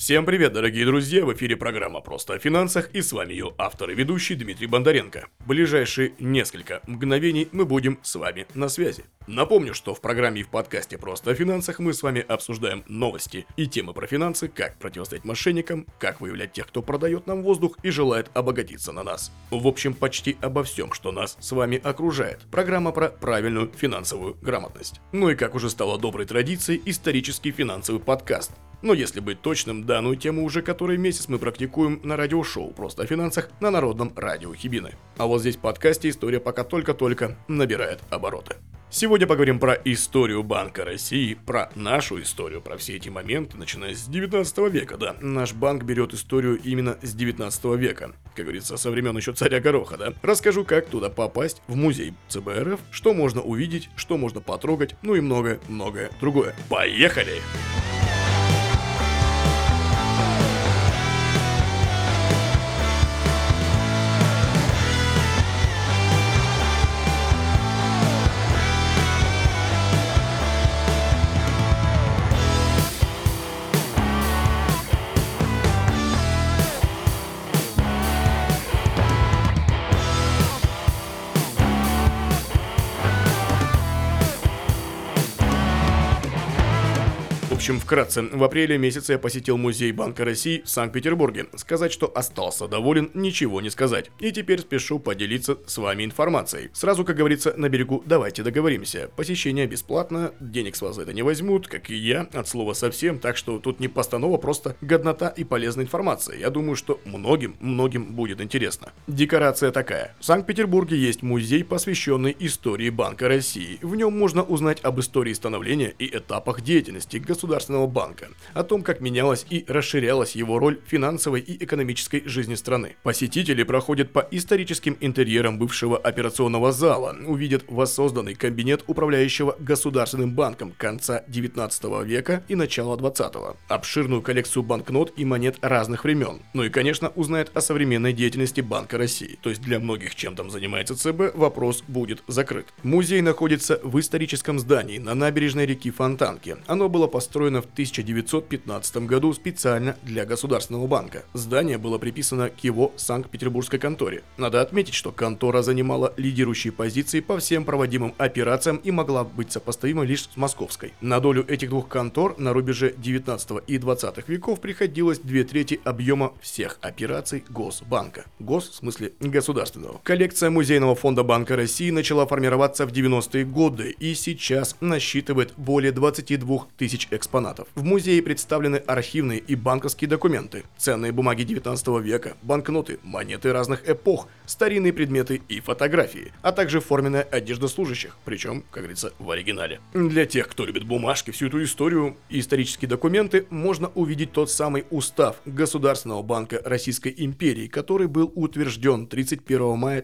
Всем привет, дорогие друзья, в эфире программа «Просто о финансах» и с вами ее автор и ведущий Дмитрий Бондаренко. В ближайшие несколько мгновений мы будем с вами на связи. Напомню, что в программе и в подкасте «Просто о финансах» мы с вами обсуждаем новости и темы про финансы, как противостоять мошенникам, как выявлять тех, кто продает нам воздух и желает обогатиться на нас. В общем, почти обо всем, что нас с вами окружает. Программа про правильную финансовую грамотность. Ну и как уже стало доброй традицией, исторический финансовый подкаст. Но если быть точным, данную тему уже который месяц мы практикуем на радиошоу «Просто о финансах» на Народном радио Хибины. А вот здесь в подкасте история пока только-только набирает обороты. Сегодня поговорим про историю Банка России, про нашу историю, про все эти моменты, начиная с 19 века, да. Наш банк берет историю именно с 19 века, как говорится, со времен еще царя Гороха, да. Расскажу, как туда попасть, в музей ЦБ РФ, что можно увидеть, что можно потрогать, ну и многое-многое другое. Поехали! В общем, вкратце, в апреле месяце я посетил музей Банка России в Санкт-Петербурге. Сказать, что остался доволен, ничего не сказать. И теперь спешу поделиться с вами информацией. Сразу, как говорится, на берегу давайте договоримся. Посещение бесплатно, денег с вас за это не возьмут, как и я, от слова совсем, так что тут не постанова, просто годнота и полезная информация. Я думаю, что многим будет интересно. Декорация такая. В Санкт-Петербурге есть музей, посвященный истории Банка России. В нем можно узнать об истории становления и этапах деятельности Государственного банка, о том, как менялась и расширялась его роль в финансовой и экономической жизни страны. Посетители проходят по историческим интерьерам бывшего операционного зала, увидят воссозданный кабинет управляющего Государственным банком конца 19 века и начала 20-го, обширную коллекцию банкнот и монет разных времен. Ну и, конечно, узнает о современной деятельности Банка России. То есть для многих, чем там занимается ЦБ, вопрос будет закрыт. Музей находится в историческом здании на набережной реки Фонтанки. Оно было построено в 1915 году специально для Государственного банка. Здание было приписано к его Санкт-Петербургской конторе. Надо отметить, что контора занимала лидирующие позиции по всем проводимым операциям и могла быть сопоставима лишь с московской. На долю этих двух контор на рубеже 19 и 20 веков приходилось 2/3 объема всех операций Госбанка. Гос в смысле государственного. Коллекция Музейного фонда Банка России начала формироваться в 90-е годы и сейчас насчитывает более 22 тысяч экспонатов. В музее представлены архивные и банковские документы, ценные бумаги 19 века, банкноты, монеты разных эпох, старинные предметы и фотографии, а также форменная одежда служащих, причем, как говорится, в оригинале. Для тех, кто любит бумажки, всю эту историю и исторические документы, можно увидеть тот самый устав Государственного банка Российской империи, который был утвержден 31 мая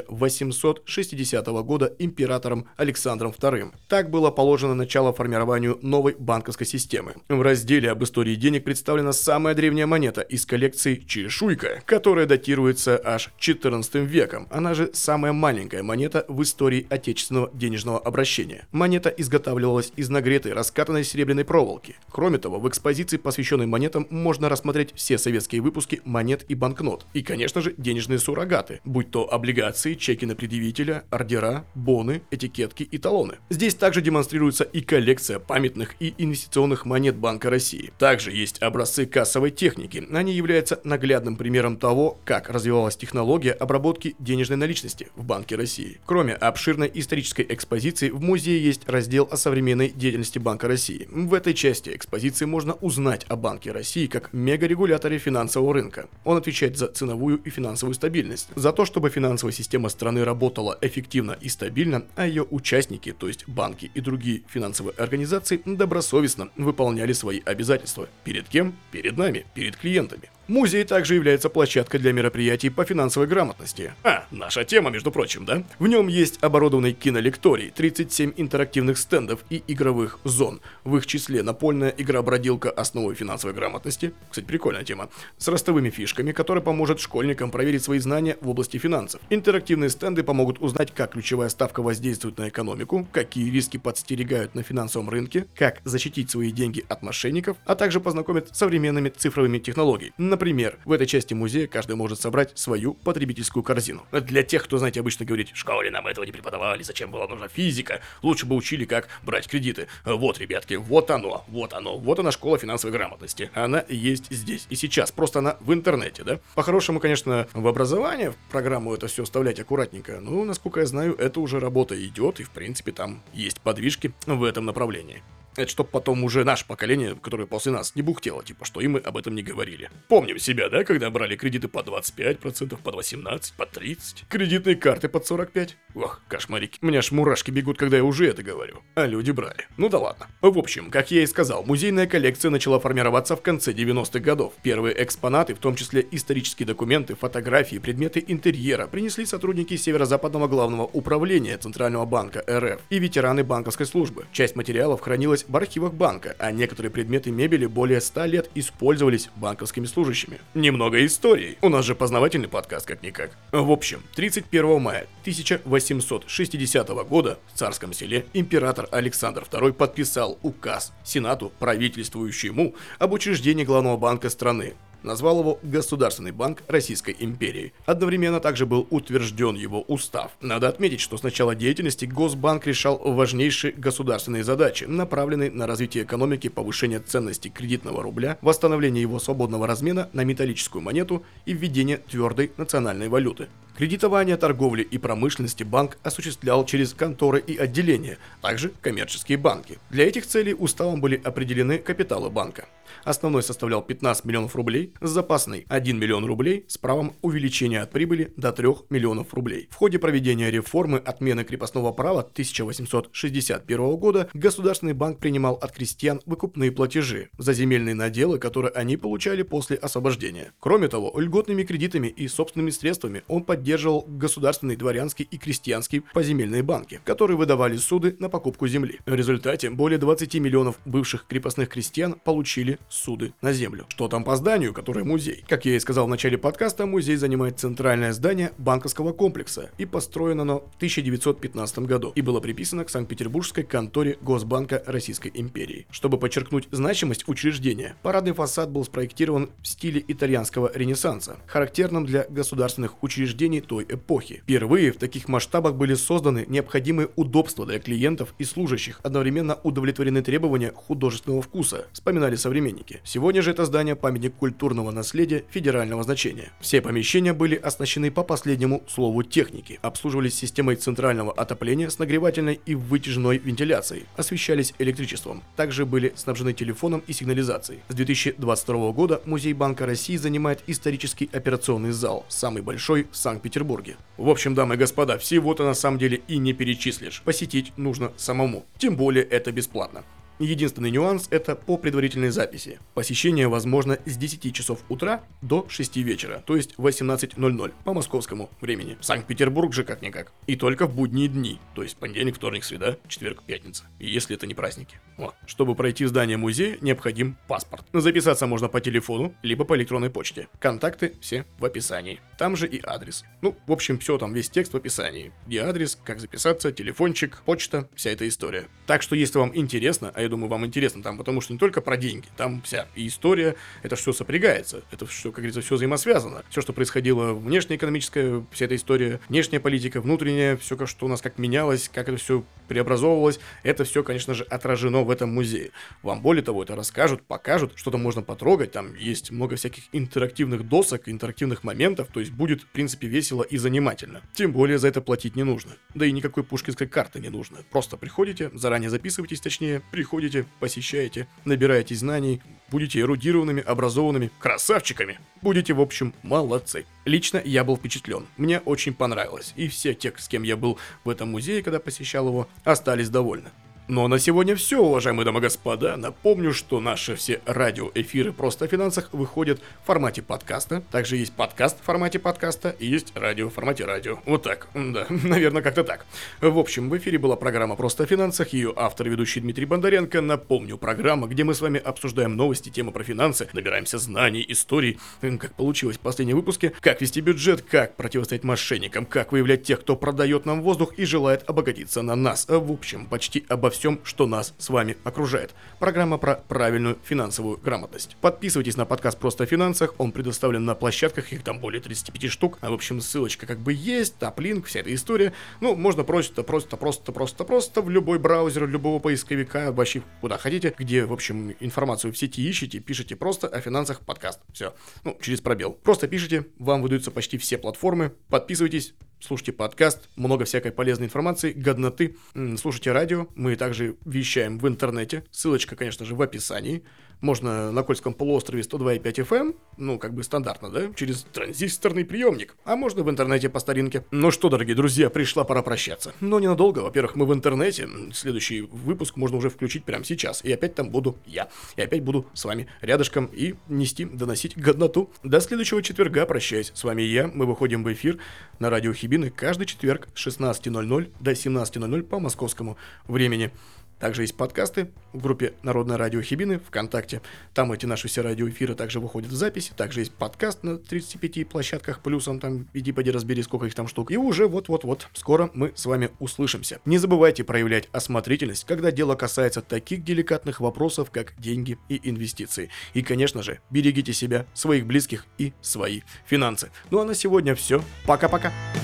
1860 года императором Александром II. Так было положено начало формированию новой банковской системы. В разделе об истории денег представлена самая древняя монета из коллекции чешуйка, которая датируется аж 14 веком. Она же самая маленькая монета в истории отечественного денежного обращения. Монета изготавливалась из нагретой раскатанной серебряной проволоки. Кроме того, в экспозиции, посвященной монетам, можно рассмотреть все советские выпуски монет и банкнот. И, конечно же, денежные суррогаты, будь то облигации, чеки на предъявителя, ордера, боны, этикетки и талоны. Здесь также демонстрируется и коллекция памятных и инвестиционных монет Банка России. Также есть образцы кассовой техники. Они являются наглядным примером того, как развивалась технология обработки денежной наличности в Банке России. Кроме обширной исторической экспозиции, в музее есть раздел о современной деятельности Банка России. В этой части экспозиции можно узнать о Банке России как мегарегуляторе финансового рынка. Он отвечает за ценовую и финансовую стабильность, за то, чтобы финансовая система страны работала эффективно и стабильно, а ее участники, то есть банки и другие финансовые организации, добросовестно выполняли свои обязательства. Перед кем? Перед нами, перед клиентами. Музей также является площадкой для мероприятий по финансовой грамотности. Наша тема, между прочим, да? В нем есть оборудованный кинолекторий, 37 интерактивных стендов и игровых зон. В их числе напольная игра-бродилка «Основы финансовой грамотности». Кстати, прикольная тема. С ростовыми фишками, которые поможет школьникам проверить свои знания в области финансов. Интерактивные стенды помогут узнать, как ключевая ставка воздействует на экономику, какие риски подстерегают на финансовом рынке, как защитить свои деньги от мошенников, а также познакомят с современными цифровыми технологиями. Например, в этой части музея каждый может собрать свою потребительскую корзину. Для тех, кто, знаете, обычно говорит: в школе нам этого не преподавали, зачем была нужна физика, лучше бы учили, как брать кредиты. Вот, ребятки, вот она школа финансовой грамотности. Она есть здесь и сейчас, просто она в интернете, да? По-хорошему, конечно, в образование, в программу это все вставлять аккуратненько, но, насколько я знаю, это уже работа идет, и, в принципе, там есть подвижки в этом направлении. Это чтоб потом уже наше поколение, которое после нас, не бухтело, типа, что и мы об этом не говорили. Помним себя, да, когда брали кредиты по 25%, по 18%, по 30%, кредитные карты под 45%. Ох, кошмарики. У меня аж мурашки бегут, когда я уже это говорю. А люди брали. Ну да ладно. В общем, как я и сказал, музейная коллекция начала формироваться в конце 90-х годов. Первые экспонаты, в том числе исторические документы, фотографии, предметы интерьера, принесли сотрудники Северо-Западного главного управления Центрального банка РФ и ветераны банковской службы. Часть материалов хранилась в архивах банка, а некоторые предметы мебели более 100 лет использовались банковскими служащими. Немного истории. У нас же познавательный подкаст как-никак. В общем, 31 мая 1860 года в Царском Селе император Александр II подписал указ Сенату, правительствующему, об учреждении главного банка страны. Назвал его Государственный банк Российской империи. Одновременно также был утвержден его устав. Надо отметить, что с начала деятельности Госбанк решал важнейшие государственные задачи, направленные на развитие экономики, повышение ценности кредитного рубля, восстановление его свободного размена на металлическую монету и введение твердой национальной валюты. Кредитование торговли и промышленности банк осуществлял через конторы и отделения, также коммерческие банки. Для этих целей уставом были определены капиталы банка. Основной составлял 15 миллионов рублей, запасный 1 миллион рублей с правом увеличения от прибыли до 3 миллионов рублей. В ходе проведения реформы отмены крепостного права 1861 года Государственный банк принимал от крестьян выкупные платежи за земельные наделы, которые они получали после освобождения. Кроме того, льготными кредитами и собственными средствами он поддерживал государственные, дворянские и крестьянские поземельные банки, которые выдавали суды на покупку земли. В результате более 20 миллионов бывших крепостных крестьян получили суды на землю. Что там по зданию, которое музей? Как я и сказал в начале подкаста, музей занимает центральное здание банковского комплекса, и построено оно в 1915 году и было приписано к Санкт-Петербургской конторе Госбанка Российской империи. Чтобы подчеркнуть значимость учреждения, парадный фасад был спроектирован в стиле итальянского ренессанса, характерном для государственных учреждений той эпохи. Впервые в таких масштабах были созданы необходимые удобства для клиентов и служащих, одновременно удовлетворены требования художественного вкуса, вспоминали современники. Сегодня же это здание памятник культурного наследия федерального значения. Все помещения были оснащены по последнему слову техники, обслуживались системой центрального отопления с нагревательной и вытяжной вентиляцией, освещались электричеством, также были снабжены телефоном и сигнализацией. С 2022 года Музей Банка России занимает исторический операционный зал, самый большой в Санкт-Петербурге. В общем, дамы и господа, всего-то на самом деле и не перечислишь. Посетить нужно самому. Тем более это бесплатно. Единственный нюанс – это по предварительной записи. Посещение возможно с 10 часов утра до 6 вечера, то есть 18:00 по московскому времени. Санкт-Петербург же как-никак. И только в будние дни, то есть понедельник, вторник, среда, четверг, пятница. И если это не праздники. Чтобы пройти в здание музея, необходим паспорт. Записаться можно по телефону, либо по электронной почте. Контакты все в описании. Там же и адрес. В общем, все там, весь текст в описании. И адрес, как записаться, телефончик, почта, вся эта история. Так что, если вам интересно, а я думаю, вам интересно там, потому что не только про деньги, там вся и история, это все сопрягается, это все, как говорится, все взаимосвязано. Все, что происходило, внешнеэкономическая, вся эта история, внешняя политика, внутренняя, все, что у нас как менялось, как это все преобразовывалось, это все, конечно же, отражено в этом музее. Вам, более того, это расскажут, покажут, что-то можно потрогать, там есть много всяких интерактивных досок, интерактивных моментов, то есть будет, в принципе, весело и занимательно. Тем более за это платить не нужно. Да и никакой пушкинской карты не нужно. Просто приходите, заранее записывайтесь, точнее, приходите, посещаете, набираете знаний, будете эрудированными, образованными красавчиками. Будете, в общем, молодцы. Лично я был впечатлен. Мне очень понравилось. И все те, с кем я был в этом музее, когда посещал его, остались довольны. Ну а на сегодня все, уважаемые дамы и господа. Напомню, что наши все радиоэфиры «Просто о финансах» выходят в формате подкаста. Также есть подкаст в формате подкаста и есть радио в формате радио. Вот так, да, наверное, как-то так. В общем, в эфире была программа «Просто о финансах», ее автор и ведущий Дмитрий Бондаренко. Напомню, программа, где мы с вами обсуждаем новости, темы про финансы, набираемся знаний, историй, как получилось в последнем выпуске, как вести бюджет, как противостоять мошенникам, как выявлять тех, кто продает нам воздух и желает обогатиться на нас. В общем, почти обо всем, что нас с вами окружает. Программа про правильную финансовую грамотность. Подписывайтесь на подкаст «Просто о финансах», он предоставлен на площадках, их там более 35 штук. В общем, ссылочка как бы есть, таплинк, вся эта история. Ну, можно просто в любой браузер, любого поисковика, вообще куда хотите, где, в общем, информацию в сети ищите, пишите «Просто о финансах подкаст». Все. Ну, через пробел. Просто пишите, вам выдаются почти все платформы. Подписывайтесь. Слушайте подкаст, много всякой полезной информации, годноты. Слушайте радио, мы также вещаем в интернете. Ссылочка, конечно же, в описании. Можно на Кольском полуострове 102,5 FM, ну, как бы стандартно, да, через транзисторный приемник. А можно в интернете по старинке. Ну что, дорогие друзья, пришла пора прощаться. Но ненадолго, во-первых, мы в интернете. Следующий выпуск можно уже включить прямо сейчас. И опять там буду я. И опять буду с вами рядышком и доносить годноту. До следующего четверга прощаюсь. С вами я. Мы выходим в эфир на радио Хибины каждый четверг с 16:00 до 17:00 по московскому времени. Также есть подкасты в группе Народное радио Хибины ВКонтакте. Там эти наши все радиоэфиры также выходят в записи. Также есть подкаст на 35 площадках, плюсом там иди поди разбери, сколько их там штук. И уже вот-вот-вот скоро мы с вами услышимся. Не забывайте проявлять осмотрительность, когда дело касается таких деликатных вопросов, как деньги и инвестиции. И, конечно же, берегите себя, своих близких и свои финансы. Ну а на сегодня все. Пока-пока.